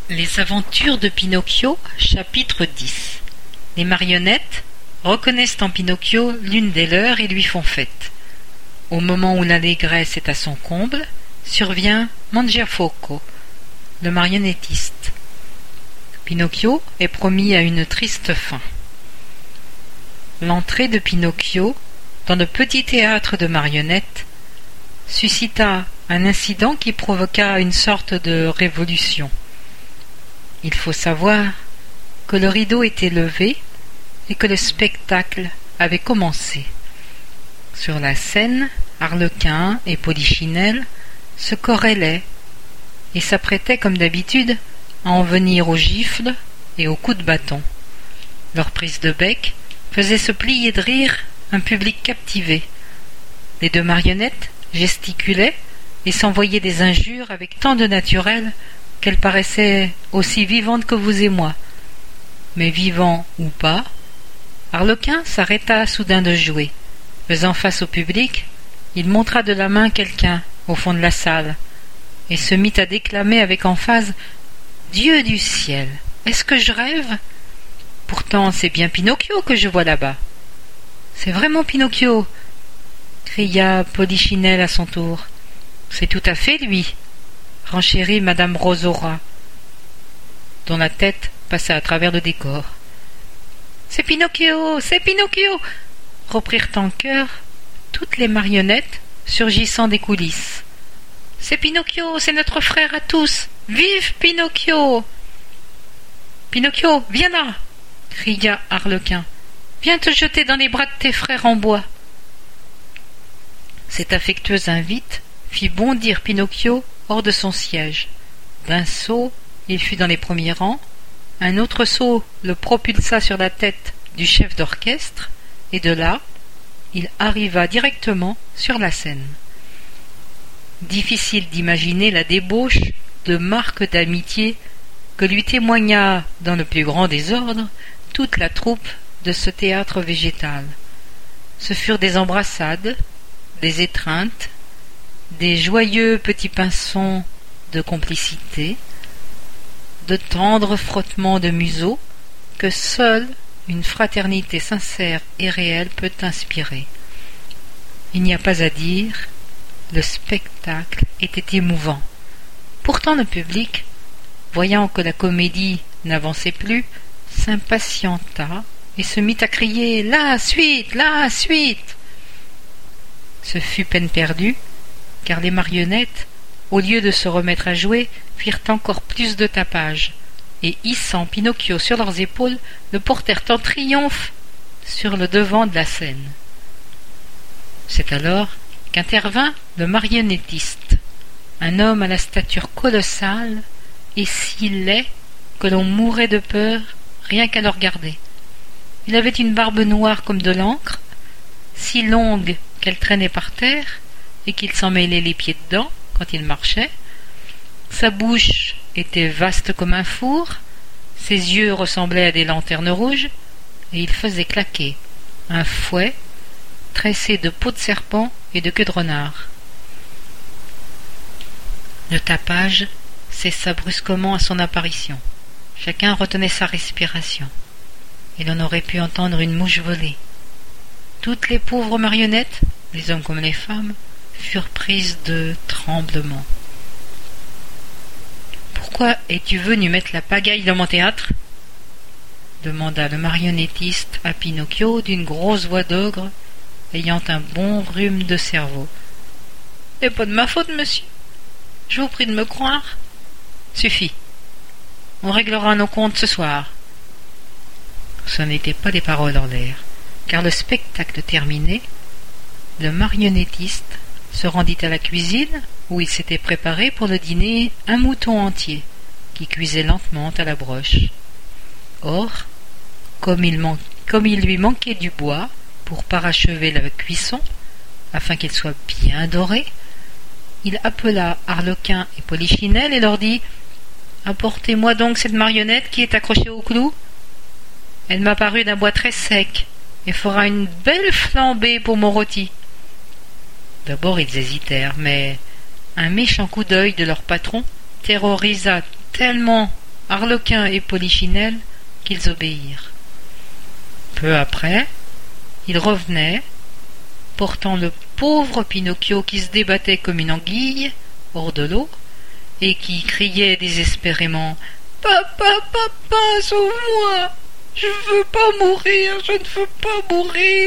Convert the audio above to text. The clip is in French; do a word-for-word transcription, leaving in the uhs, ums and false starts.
Les aventures de Pinocchio, chapitre dix. Les marionnettes reconnaissent en Pinocchio l'une des leurs et lui font fête. Au moment où l'allégresse est à son comble, survient Mangiafoco, le marionnettiste. Pinocchio est promis à une triste fin. L'entrée de Pinocchio dans le petit théâtre de marionnettes suscita un incident qui provoqua une sorte de révolution. Il faut savoir que le rideau était levé et que le spectacle avait commencé. Sur la scène, Arlequin et Polichinelle se querellaient et s'apprêtaient comme d'habitude à en venir aux gifles et aux coups de bâton. Leur prise de bec faisait se plier de rire un public captivé. Les deux marionnettes gesticulaient et s'envoyaient des injures avec tant de naturel qu'elles paraissaient aussi vivantes que vous et moi. Mais vivant ou pas, Arlequin s'arrêta soudain de jouer. Faisant face au public, il montra de la main quelqu'un au fond de la salle et se mit à déclamer avec emphase « Dieu du ciel, est-ce que je rêve ? Pourtant c'est bien Pinocchio que je vois là-bas. »« C'est vraiment Pinocchio !» cria Polichinelle à son tour. « C'est tout à fait lui !» renchérit Madame Rosaura, dont la tête passait à travers le décor. « C'est Pinocchio, c'est Pinocchio !» reprirent en chœur toutes les marionnettes surgissant des coulisses. « C'est Pinocchio, c'est notre frère à tous. Vive Pinocchio !»« Pinocchio, viens là !» cria Arlequin. « Viens te jeter dans les bras de tes frères en bois. » Cette affectueuse invite fit bondir Pinocchio hors de son siège. D'un saut, il fut dans les premiers rangs, un autre saut le propulsa sur la tête du chef d'orchestre, et de là, il arriva directement sur la scène. Difficile d'imaginer la débauche de marques d'amitié que lui témoigna dans le plus grand désordre toute la troupe de ce théâtre végétal. Ce furent des embrassades, des étreintes, des joyeux petits pinsons de complicité, de tendres frottements de museaux que seule une fraternité sincère et réelle peut inspirer. Il n'y a pas à dire, le spectacle était émouvant. Pourtant le public, voyant que la comédie n'avançait plus, s'impatienta et se mit à crier « La suite, la suite !» Ce fut peine perdue, car les marionnettes, au lieu de se remettre à jouer, firent encore plus de tapage, et hissant Pinocchio sur leurs épaules, le portèrent en triomphe sur le devant de la scène. C'est alors qu'intervint le marionnettiste, un homme à la stature colossale et si laid que l'on mourait de peur rien qu'à le regarder. Il avait une barbe noire comme de l'encre, si longue qu'elle traînait par terre et qu'il s'en mêlait les pieds dedans quand il marchait. Sa bouche était vaste comme un four, ses yeux ressemblaient à des lanternes rouges, et il faisait claquer un fouet tressé de peau de serpent et de queue de renard. Le tapage cessa brusquement à son apparition. Chacun retenait sa respiration, et l'on aurait pu entendre une mouche voler. Toutes les pauvres marionnettes, les hommes comme les femmes, furent prises de tremblement. « Pourquoi es-tu venu mettre la pagaille dans mon théâtre ?» demanda le marionnettiste à Pinocchio d'une grosse voix d'ogre, ayant un bon rhume de cerveau. « Ce n'est pas de ma faute, monsieur. Je vous prie de me croire. Suffit. On réglera nos comptes ce soir. » Ce n'étaient pas des paroles en l'air, car le spectacle terminé, le marionnettiste se rendit à la cuisine où il s'était préparé pour le dîner un mouton entier qui cuisait lentement à la broche. Or, comme il, man- comme il lui manquait du bois pour parachever la cuisson, afin qu'il soit bien doré, il appela Arlequin et Polichinelle et leur dit « Apportez-moi donc cette marionnette qui est accrochée au clou. Elle m'a paru d'un bois très sec et fera une belle flambée pour mon rôti. » D'abord ils hésitèrent, mais un méchant coup d'œil de leur patron terrorisa tellement Arlequin et Polichinelle qu'ils obéirent. Peu après, ils revenaient, portant le pauvre Pinocchio qui se débattait comme une anguille hors de l'eau et qui criait désespérément « Papa, papa, sauve-moi! Je veux pas mourir, je ne veux pas mourir !»